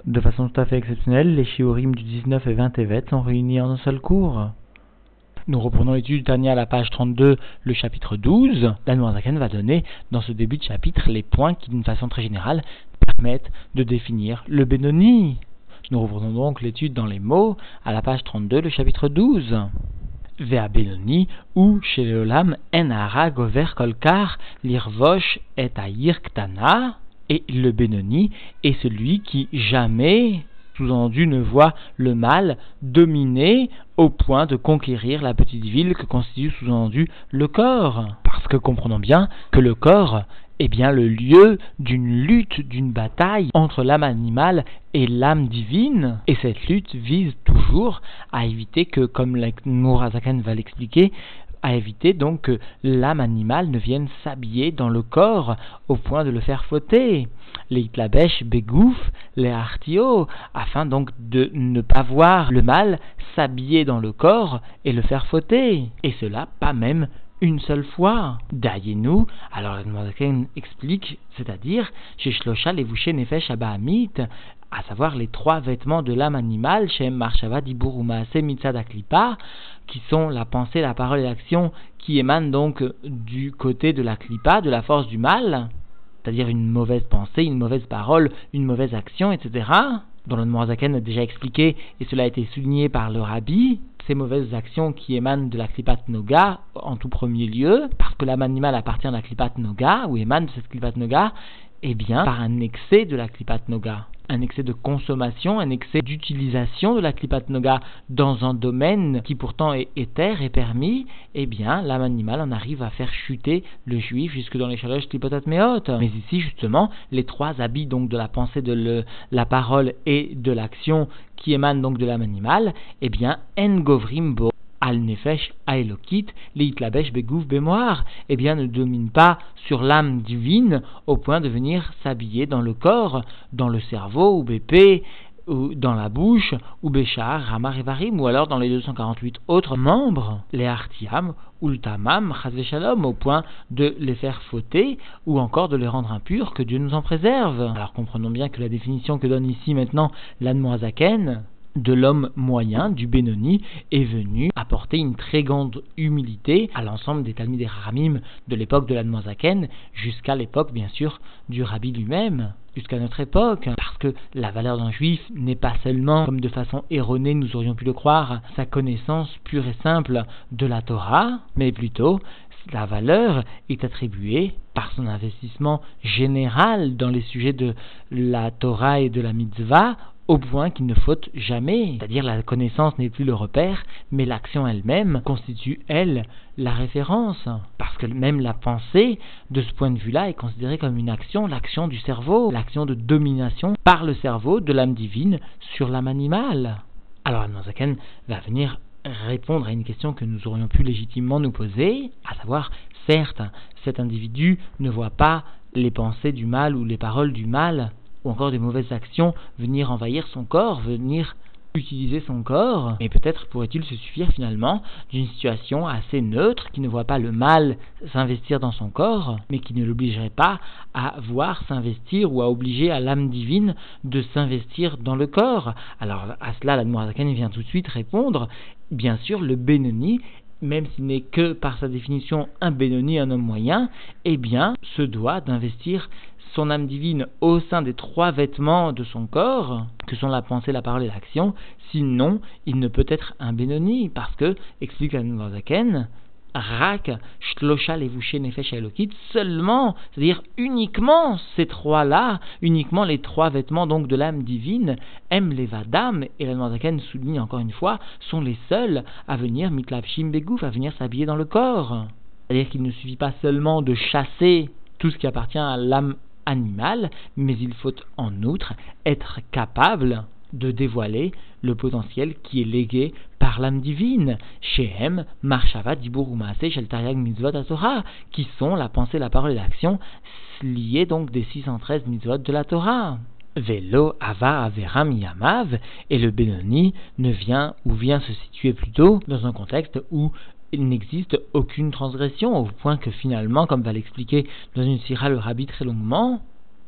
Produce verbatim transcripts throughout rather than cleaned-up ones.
De façon tout à fait exceptionnelle, les shiurim du dix-neuf et vingt Tevet sont réunis en un seul cours. Nous reprenons l'étude du Tanya à la page trente-deux, le chapitre douze. L'Admor Zaken va donner dans ce début de chapitre les points qui, d'une façon très générale, permettent de définir le Benoni. Nous reprenons donc l'étude dans les mots à la page trente-deux, le chapitre douze. Vea Benoni ou chez Leolam en hara gover kolkar lirvosh et ayir ktana. Et le Benoni est celui qui jamais, sous-entendu, ne voit le mal dominer au point de conquérir la petite ville que constitue sous-entendu le corps. Parce que comprenons bien que le corps est bien le lieu d'une lutte, d'une bataille entre l'âme animale et l'âme divine. Et cette lutte vise toujours à éviter que, comme l'Admor Zaken va l'expliquer, à éviter donc que l'âme animale ne vienne s'habiller dans le corps au point de le faire fauter. Les itlabesh begouf, les artio, afin donc de ne pas voir le mal s'habiller dans le corps et le faire fauter. Et cela pas même une seule fois. Dayenu, alors l'Admor Zaken explique, c'est-à-dire chez Shlosha levushe nefesh abahamit, à savoir les trois vêtements de l'âme animale, Shem Marshava Dibur Umaase Mitzad Aklipa, qui sont la pensée, la parole et l'action qui émanent donc du côté de la Klipa, de la force du mal, c'est-à-dire une mauvaise pensée, une mauvaise parole, une mauvaise action, et cetera, dont l'Admor Zaken a déjà expliqué, et cela a été souligné par le Rabbi, ces mauvaises actions qui émanent de la Klipat Noga, en tout premier lieu, parce que l'âme animale appartient à la Klipat Noga, ou émane de cette Klipat Noga, eh bien, par un excès de la Klipat Noga. Un excès de consommation, un excès d'utilisation de la Klipat Noga dans un domaine qui pourtant est éther et permis, eh bien, l'âme animale en arrive à faire chuter le juif jusque dans les chaloches Klipotat Meot. Mais ici, justement, les trois habits donc de la pensée, de le, la parole et de l'action qui émanent donc de l'âme animale, eh bien, en govrim bo al nefesh aelokit leitlabesh begouf bemoar, eh bien ne domine pas sur l'âme divine au point de venir s'habiller dans le corps, dans le cerveau ou bépé, ou dans la bouche, ou béchar, ramar et varim, ou alors dans les deux cent quarante-huit autres membres, les artiam, ou le tamam, chazve shalom, au point de les faire fauter, ou encore de les rendre impurs, que Dieu nous en préserve. Alors comprenons bien que la définition que donne ici maintenant l'Admor Zaken de l'homme moyen, du Benoni, est venu apporter une très grande humilité à l'ensemble des Talmidei Chachamim de l'époque de l'Admor Zaken, jusqu'à l'époque, bien sûr, du Rabbi lui-même, jusqu'à notre époque, parce que la valeur d'un juif n'est pas seulement, comme de façon erronée nous aurions pu le croire, sa connaissance pure et simple de la Torah, mais plutôt la valeur est attribuée par son investissement général dans les sujets de la Torah et de la mitzvah, au point qu'il ne faute jamais. C'est-à-dire la connaissance n'est plus le repère, mais l'action elle-même constitue, elle, la référence. Parce que même la pensée, de ce point de vue-là, est considérée comme une action, l'action du cerveau, l'action de domination par le cerveau de l'âme divine sur l'âme animale. Alors Admor Zaken va venir répondre à une question que nous aurions pu légitimement nous poser, à savoir, certes, cet individu ne voit pas les pensées du mal ou les paroles du mal, ou encore des mauvaises actions venir envahir son corps, venir utiliser son corps, mais peut-être pourrait-il se suffire finalement d'une situation assez neutre qui ne voit pas le mal s'investir dans son corps, mais qui ne l'obligerait pas à voir s'investir ou à obliger à l'âme divine de s'investir dans le corps. Alors à cela l'Admor Zaken vient tout de suite répondre, bien sûr le Benoni, même s'il n'est que par sa définition un Benoni, un homme moyen, eh bien se doit d'investir son âme divine au sein des trois vêtements de son corps, que sont la pensée, la parole et l'action, sinon il ne peut être un Benoni, parce que, explique l'Admor Zaken, Rak, Shlosha, Levushe, Nefesh, Elokit, seulement, c'est-à-dire uniquement ces trois-là, uniquement les trois vêtements donc de l'âme divine, Em Levadam, et l'Admor Zaken souligne encore une fois, sont les seuls à venir Mitlapshim Begouf, à venir s'habiller dans le corps. C'est-à-dire qu'il ne suffit pas seulement de chasser tout ce qui appartient à l'âme animal, mais il faut en outre être capable de dévoiler le potentiel qui est légué par l'âme divine, Shehem, Marshava, Dibur Umaase, Shel Taryag Mitzvot HaTorah, qui sont la pensée, la parole et l'action liées donc des six cent treize mitzvot de la Torah. Velo Ava Avera Miyamav, et le Benoni ne vient ou vient se situer plutôt dans un contexte où il n'existe aucune transgression, au point que finalement, comme va l'expliquer dans une sira le Rabbi très longuement,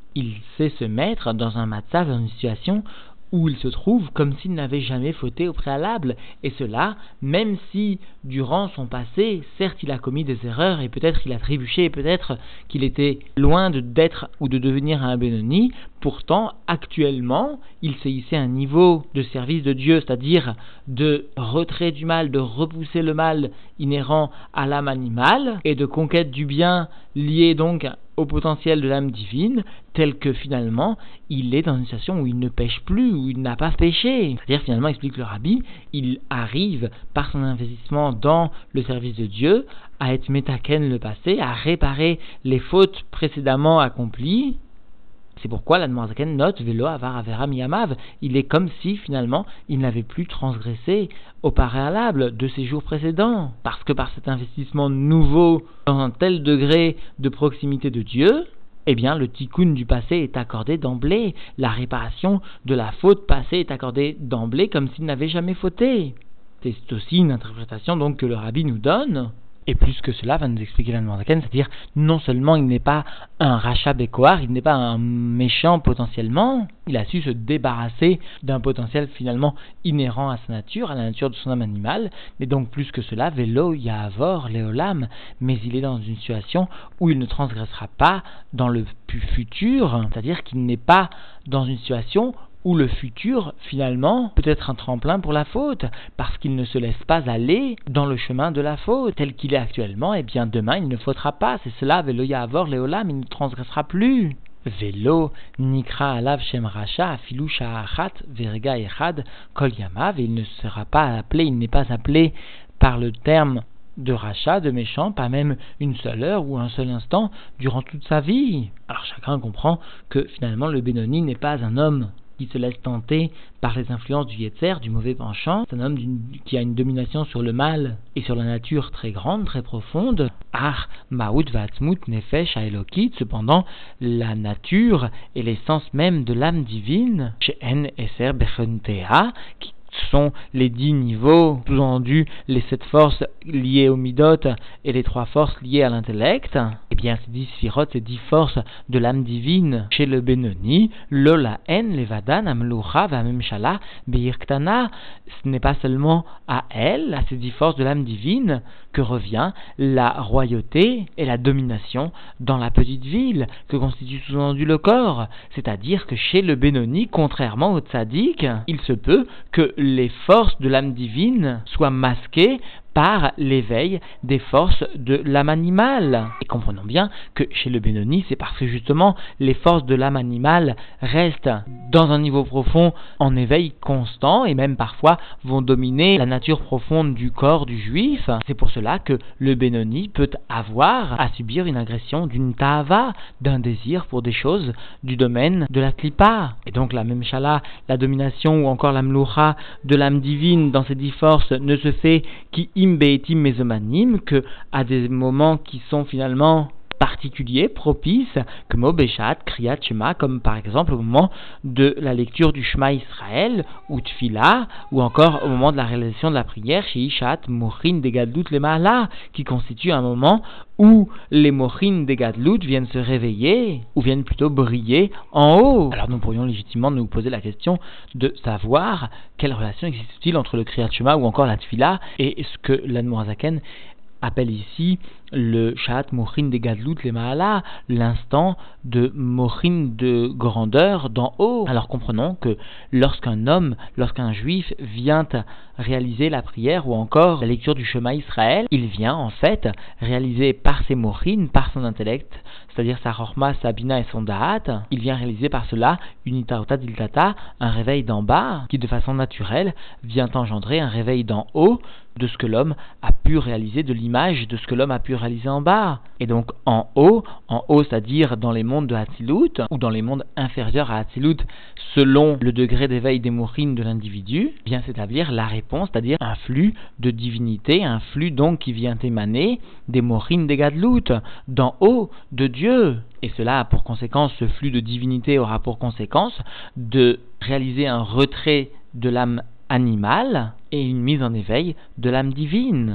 il sait se mettre dans un matzav, dans une situation où il se trouve comme s'il n'avait jamais fauté au préalable, et cela, même si, durant son passé, certes il a commis des erreurs, et peut-être il a trébuché, et peut-être qu'il était loin de, d'être ou de devenir un Benoni, pourtant, actuellement, il s'est hissé à un niveau de service de Dieu, c'est-à-dire de retrait du mal, de repousser le mal inhérent à l'âme animale, et de conquête du bien lié donc au potentiel de l'âme divine, tel que finalement, il est dans une situation où il ne pêche plus, où il n'a pas péché. C'est-à-dire, finalement, explique le Rabbi, il arrive, par son investissement dans le service de Dieu, à être métaken le passé, à réparer les fautes précédemment accomplies. C'est pourquoi l'Admorazaken note Velo Avar Avera Miyamav. Il est comme si finalement il n'avait plus transgressé au préalable de ses jours précédents. Parce que par cet investissement nouveau dans un tel degré de proximité de Dieu, eh bien le tikkun du passé est accordé d'emblée. La réparation de la faute passée est accordée d'emblée comme s'il n'avait jamais fauté. C'est aussi une interprétation donc que le Rabbi nous donne. Et plus que cela, va nous expliquer l'Admorazaken, c'est-à-dire non seulement il n'est pas un rachat bécoar, il n'est pas un méchant potentiellement, il a su se débarrasser d'un potentiel finalement inhérent à sa nature, à la nature de son âme animale, mais donc plus que cela, Velo Yahavor Léolam, mais il est dans une situation où il ne transgressera pas dans le futur, c'est-à-dire qu'il n'est pas dans une situation où le futur, finalement, peut être un tremplin pour la faute, parce qu'il ne se laisse pas aller dans le chemin de la faute, tel qu'il est actuellement, et bien demain il ne faudra pas, c'est cela, Velo Yahavor Léolam, il ne transgressera plus. Velo Nikra Alav Shem Racha Afilu Sha'achat Verga Echad Kol Yamav, et il ne sera pas appelé, il n'est pas appelé par le terme de rachat, de méchant, pas même une seule heure ou un seul instant durant toute sa vie. Alors chacun comprend que finalement le Benoni n'est pas un homme qui se laisse tenter par les influences du Yetzer, du mauvais penchant. C'est un homme qui a une domination sur le mal et sur la nature très grande, très profonde. Ar Maout Vatzmut Nefesh Aelokit, cependant, la nature et l'essence même de l'âme divine, chez En Eser Bechontea, qui sont les dix niveaux, sous-entendu les sept forces liées au midot et les trois forces liées à l'intellect, et bien ces dix sphirotes, ces dix forces de l'âme divine chez le Benoni, Lola En Levadan Amlucha Vamemshala Beirktana, ce n'est pas seulement à elle, à ces dix forces de l'âme divine, que revient la royauté et la domination dans la petite ville, que constitue sous-entendu le corps, c'est-à-dire que chez le Benoni, contrairement au Tzadik, il se peut que les forces de l'âme divine soient masquées par l'éveil des forces de l'âme animale. Et comprenons bien que chez le Benoni, c'est parce que justement les forces de l'âme animale restent dans un niveau profond en éveil constant et même parfois vont dominer la nature profonde du corps du juif. C'est pour cela que le Benoni peut avoir à subir une agression d'une ta'ava, d'un désir pour des choses du domaine de la klipa. Et donc la même shala, la domination ou encore la mloucha de l'âme divine dans ces dix forces ne se fait qui Beitim Mesomanim, que à des moments qui sont finalement particuliers, propices, comme au Beshat, Kriyat Shema, comme par exemple au moment de la lecture du Shema Israël, ou Tfila, ou encore au moment de la réalisation de la prière, chez Ishat, Mochin de Gadlut le Maala, qui constitue un moment où les Mochin de Gadlut viennent se réveiller, ou viennent plutôt briller en haut. Alors nous pourrions légitimement nous poser la question de savoir quelle relation existe-t-il entre le Kriyat Shema ou encore la Tfila, et ce que l'Admorazaken appelle ici le Shahat Mochin de Gadlut le Maala, l'instant de Mochin de grandeur d'en haut. Alors comprenons que lorsqu'un homme, lorsqu'un juif vient réaliser la prière ou encore la lecture du Shema Israël, il vient en fait réaliser par ses Mochin, par son intellect, c'est-à-dire sa Chorma, sa Bina et son Da'at, il vient réaliser par cela une Itaota Diltata, un réveil d'en bas, qui de façon naturelle vient engendrer un réveil d'en haut de ce que l'homme a pu réaliser, de l'image de ce que l'homme a pu réaliser en bas. Et donc en haut, en haut c'est-à-dire dans les mondes de Hatzilut, ou dans les mondes inférieurs à Hatzilut, selon le degré d'éveil des mourines de l'individu, vient s'établir la réponse, c'est-à-dire un flux de divinité, un flux donc qui vient émaner des mourines des Gadlut, d'en haut, de Dieu. Et cela a pour conséquence, ce flux de divinité aura pour conséquence de réaliser un retrait de l'âme animale et une mise en éveil de l'âme divine.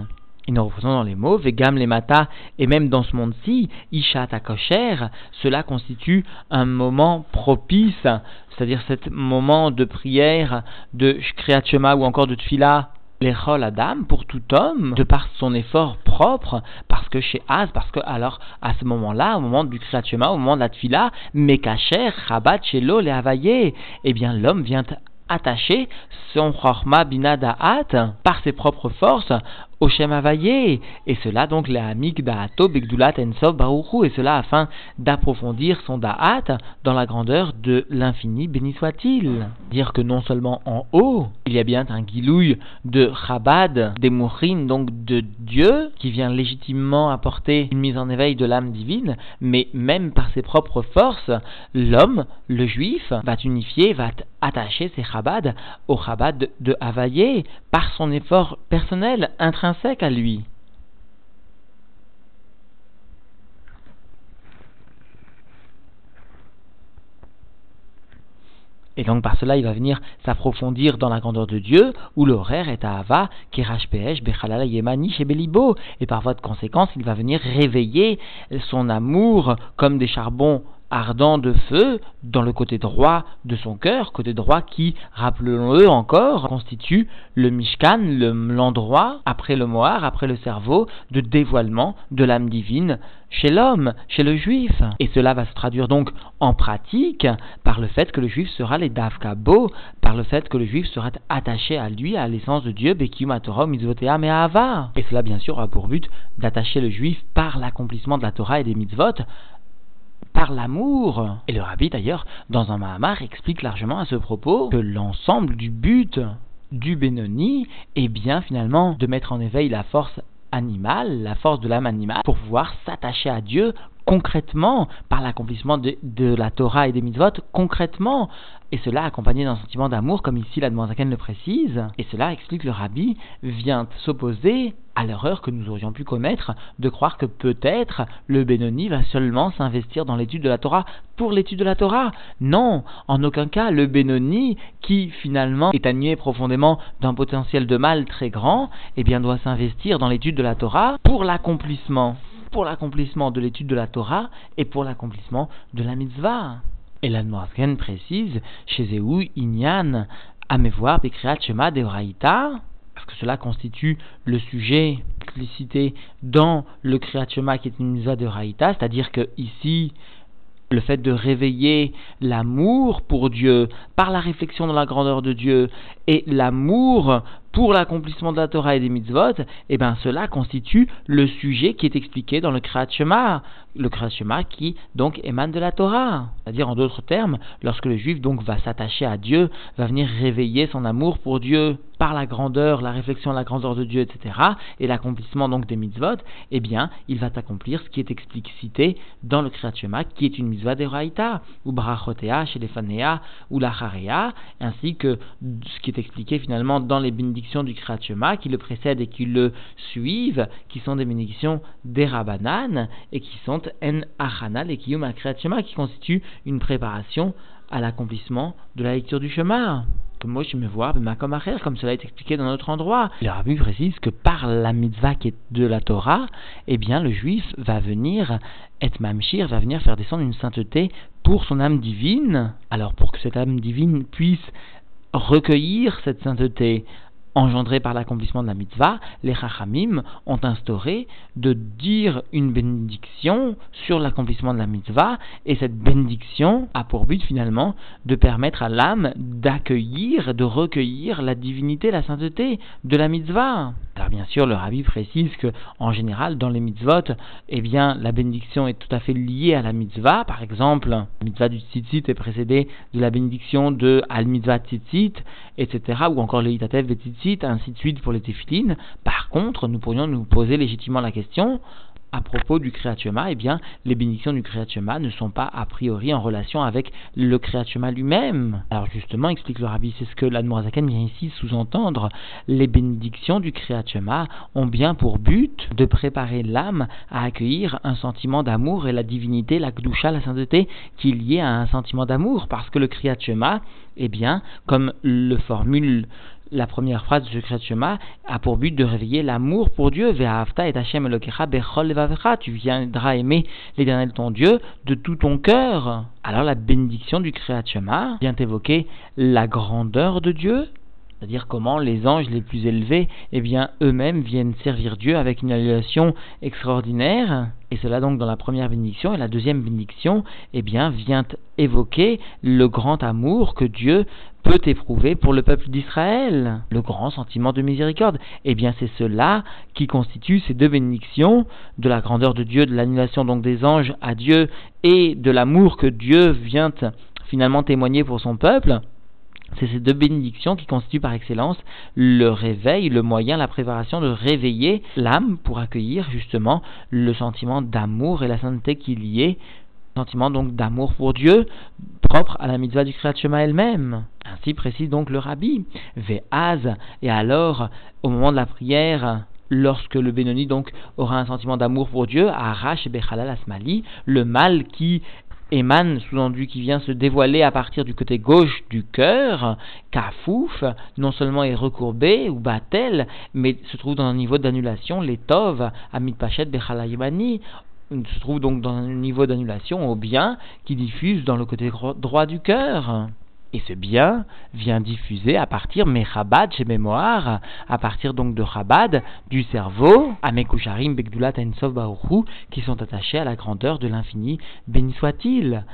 Et nous reprenons dans les mots, Vegam les mata, et même dans ce monde-ci, Isha takosher, cela constitue un moment propice, c'est-à-dire ce moment de prière, de Kriyat Shema ou encore de Tfila, l'Echol Adam, pour tout homme, de par son effort propre, parce que chez Az, parce que alors à ce moment-là, au moment du Kriyat Shema, au moment de la Tfila, Mekacher, Chabat, Shelo, le Havaye, eh bien l'homme vient attacher son Chorma Bina Da'at par ses propres forces au Shem Havaye, et cela donc les Amik Da'ato Begdulat Ensof Baruchu, et cela afin d'approfondir son Da'at dans la grandeur de l'infini, béni soit-il. Dire que non seulement en haut, il y a bien un Gilouï de Chabad, des Mouchim, donc de Dieu, qui vient légitimement apporter une mise en éveil de l'âme divine, mais même par ses propres forces, l'homme, le juif, va unifier, va attacher ses Chabad au Chabad de, de Havaye par son effort personnel, intrinsèque à lui. Et donc par cela, il va venir s'approfondir dans la grandeur de Dieu, où l'horaire est à Ava, Kerash Peesh, Bechalala Yemani, chez Belibo. Et par voie de conséquence, il va venir réveiller son amour comme des charbons ardent de feu dans le côté droit de son cœur, côté droit qui, rappelons-le encore, constitue le Mishkan, le, l'endroit, après le Mohar, après le cerveau, de dévoilement de l'âme divine chez l'homme, chez le juif. Et cela va se traduire donc en pratique par le fait que le juif sera les Davkabo, par le fait que le juif sera attaché à lui, à l'essence de Dieu, Bekium Torah, Mitzvotea Me'ahava. Et cela bien sûr a pour but d'attacher le juif par l'accomplissement de la Torah et des mitzvot, par l'amour. Et le rabbi d'ailleurs, dans un Mahamar, explique largement à ce propos que l'ensemble du but du Benoni est bien finalement de mettre en éveil la force animale, la force de l'âme animale, pour pouvoir s'attacher à Dieu concrètement, par l'accomplissement de, de la Torah et des mitzvot, concrètement, et cela accompagné d'un sentiment d'amour, comme ici l'Admor Zaken le précise, et cela, explique le rabbi, vient s'opposer à l'erreur que nous aurions pu commettre de croire que peut-être le Benoni va seulement s'investir dans l'étude de la Torah pour l'étude de la Torah. Non, en aucun cas, le Benoni, qui finalement est animé profondément d'un potentiel de mal très grand, eh bien doit s'investir dans l'étude de la Torah pour l'accomplissement. pour l'accomplissement de l'étude de la Torah et pour l'accomplissement de la mitzvah. Et l'Admor Zaken précise, chez Zéhou, Inyan, Amevoir, Bekriat, Shema, Deoraita, parce que cela constitue le sujet explicité dans le Kriyat Shema qui est une mitzvah Deoraita, c'est-à-dire que ici, le fait de réveiller l'amour pour Dieu par la réflexion dans la grandeur de Dieu et l'amour pour l'accomplissement de la Torah et des mitzvot, eh bien cela constitue le sujet qui est expliqué dans le Kriyat Shema, le Kriyat Shema qui donc émane de la Torah. C'est-à-dire en d'autres termes, lorsque le juif donc va s'attacher à Dieu, va venir réveiller son amour pour Dieu par la grandeur, la réflexion de la grandeur de Dieu, et cetera, et l'accomplissement donc des mitzvot, eh bien il va accomplir ce qui est explicité dans le Kriyat Shema, qui est une mitzvah d'Oraita, ou Barachotea, Shelefanea, ou Lacharea, ainsi que ce qui est expliqué finalement dans les bénédictions du Kriyat Shema qui le précèdent et qui le suivent, qui sont des bénédictions des Rabbanan et qui sont en achana le kiyum al Kriyat Shema, qui constituent une préparation à l'accomplissement de la lecture du Shema. Comme moi je me vois, comme cela est expliqué dans notre endroit. Le rabbi précise que par la mitzvah qui est de la Torah, eh bien le juif va venir, et mamshir, va venir faire descendre une sainteté pour son âme divine. Alors pour que cette âme divine puisse recueillir cette sainteté engendrée par l'accomplissement de la mitzvah, les Chachamim ont instauré de dire une bénédiction sur l'accomplissement de la mitzvah, et cette bénédiction a pour but finalement de permettre à l'âme d'accueillir, de recueillir la divinité, la sainteté de la mitzvah. Alors bien sûr, le rabbi précise que en général, dans les mitzvot, eh bien la bénédiction est tout à fait liée à la mitzvah. Par exemple, la mitzvah du tzitzit est précédée de la bénédiction de al mitzvah tzitzit, et cetera, ou encore le hitatev et tzitzit, ainsi de suite pour les téphilines. Par contre, nous pourrions nous poser légitimement la question, à propos du Kriyat Shema, eh bien, les bénédictions du Kriyat Shema ne sont pas a priori en relation avec le Kriyat Shema lui-même. Alors justement, explique le rabbi, c'est ce que l'Admor Zaken vient ici sous-entendre. Les bénédictions du Kriyat Shema ont bien pour but de préparer l'âme à accueillir un sentiment d'amour et la divinité, la Kedusha, la sainteté, qui est liée à un sentiment d'amour, parce que le Kriyat Shema, eh bien, comme le formule la première phrase de ce Kriyat Shema a pour but de réveiller l'amour pour Dieu. Ve'ahavta et Hashem Elokecha bechol levavecha. Tu viendras aimer l'Éternel ton Dieu de tout ton cœur. Alors la bénédiction du Kriyat Shema vient évoquer la grandeur de Dieu, c'est-à-dire comment les anges les plus élevés, eh bien, eux-mêmes viennent servir Dieu avec une annulation extraordinaire. Et cela donc dans la première bénédiction. Et la deuxième bénédiction, eh bien, vient évoquer le grand amour que Dieu peut éprouver pour le peuple d'Israël, le grand sentiment de miséricorde. Eh bien, c'est cela qui constitue ces deux bénédictions, de la grandeur de Dieu, de l'annulation donc des anges à Dieu, et de l'amour que Dieu vient finalement témoigner pour son peuple. C'est ces deux bénédictions qui constituent par excellence le réveil, le moyen, la préparation de réveiller l'âme pour accueillir justement le sentiment d'amour et la sainteté qui est lié, sentiment donc d'amour pour Dieu, propre à la mitzvah du Kriyat Shema elle-même. Ainsi précise donc le Rabbi. Ve'az, et alors, au moment de la prière, lorsque le Benoni donc aura un sentiment d'amour pour Dieu, Arash Bechalal Asmali, le mal qui émane, sous-entendu qui vient se dévoiler à partir du côté gauche du cœur, Kafouf, non seulement est recourbé ou batel, mais se trouve dans un niveau d'annulation, les Tov, Amit Pachet Bechalayimani, se trouve donc dans un niveau d'annulation au bien qui diffuse dans le côté droit du cœur. Et ce bien vient diffuser à partir Mechabad chez mémoire, à partir donc de Chabad, du cerveau, à Mekusharim Begdulat Ensof Baruchu, qui sont attachés à la grandeur de l'infini, béni soit-il.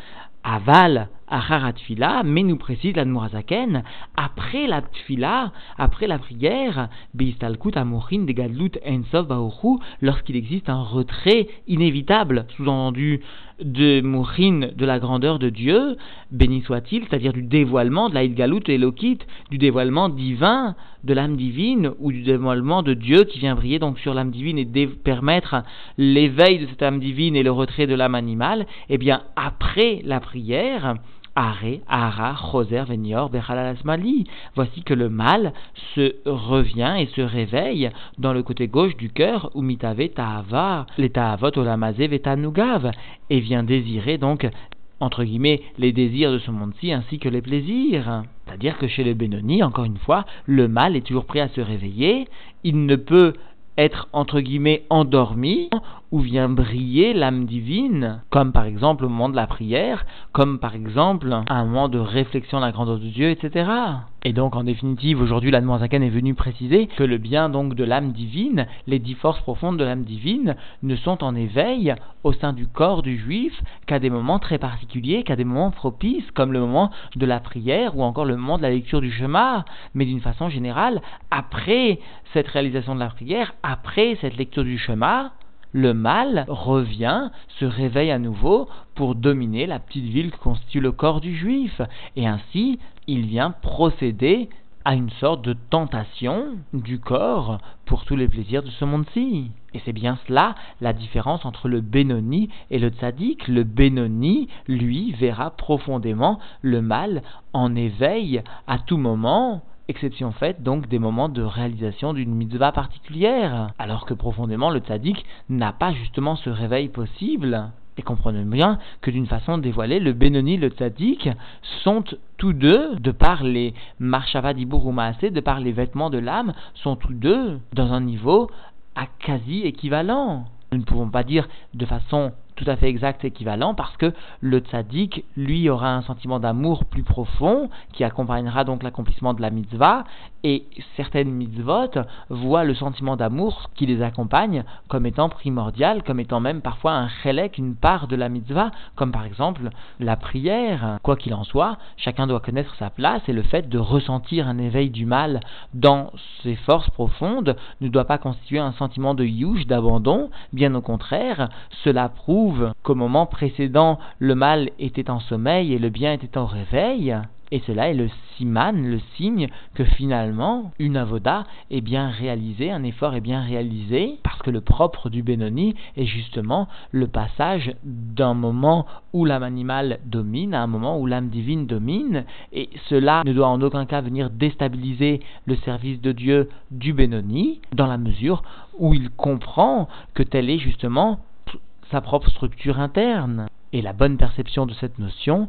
Aval, Acharat Tfila, mais nous précise l'Admor HaZaken, après la Tfila, après la prière, Beistalkut Amochin de Gadlut Ensof Baruchu, lorsqu'il existe un retrait inévitable, sous-entendu de Mochin, de la grandeur de Dieu, béni soit-il, c'est-à-dire du dévoilement de la Hilgalut Elokit, du dévoilement divin de l'âme divine, ou du dévoilement de Dieu qui vient briller donc sur l'âme divine et dé- permettre l'éveil de cette âme divine et le retrait de l'âme animale, et bien après la prière, Are, Ara, Choser, Venior, Bechalal Asmali. Voici que le mal se revient et se réveille dans le côté gauche du cœur, où mitave ta'ava, les ta'avot olamazé vetanugav, et vient désirer donc, entre guillemets, les désirs de ce monde-ci ainsi que les plaisirs. C'est-à-dire que chez le Benoni, encore une fois, le mal est toujours prêt à se réveiller, il ne peut être, entre guillemets, endormi, où vient briller l'âme divine, comme par exemple au moment de la prière, comme par exemple à un moment de réflexion de la grandeur de Dieu, et cetera. Et donc, en définitive, aujourd'hui, l'Admor HaZaken est venu préciser que le bien donc de l'âme divine, les dix forces profondes de l'âme divine, ne sont en éveil au sein du corps du juif qu'à des moments très particuliers, qu'à des moments propices, comme le moment de la prière ou encore le moment de la lecture du Shema, mais d'une façon générale, après cette réalisation de la prière, après cette lecture du Shema, le mal revient, se réveille à nouveau pour dominer la petite ville que constitue le corps du juif. Et ainsi, il vient procéder à une sorte de tentation du corps pour tous les plaisirs de ce monde-ci. Et c'est bien cela la différence entre le Benoni et le Tzadik. Le Benoni, lui, verra profondément le mal en éveil à tout moment, exception faite donc des moments de réalisation d'une mitzvah particulière, alors que profondément le tzaddik n'a pas justement ce réveil possible. Et comprenez bien que d'une façon dévoilée, le Benoni et le tzaddik sont tous deux, de par les marshava dibur ou maaseh, de par les vêtements de l'âme, sont tous deux dans un niveau à quasi équivalent. Nous ne pouvons pas dire de façon tout à fait exact équivalent, parce que le tzaddik, lui, aura un sentiment d'amour plus profond qui accompagnera donc l'accomplissement de la mitzvah, et certaines mitzvot voient le sentiment d'amour qui les accompagne comme étant primordial, comme étant même parfois un chélek, une part de la mitzvah, comme par exemple la prière. Quoi qu'il en soit, chacun doit connaître sa place, et le fait de ressentir un éveil du mal dans ses forces profondes ne doit pas constituer un sentiment de yush, d'abandon. Bien au contraire, cela prouve qu'au moment précédent, le mal était en sommeil et le bien était en réveil, et cela est le siman, le signe que finalement une avoda est bien réalisée, un effort est bien réalisé, parce que le propre du Benoni est justement le passage d'un moment où l'âme animale domine à un moment où l'âme divine domine, et cela ne doit en aucun cas venir déstabiliser le service de Dieu du Benoni, dans la mesure où il comprend que telle est justement sa propre structure interne. Et la bonne perception de cette notion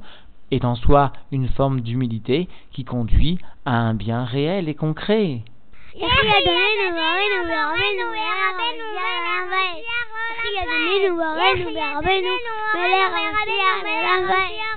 est en soi une forme d'humilité qui conduit à un bien réel et concret. Nous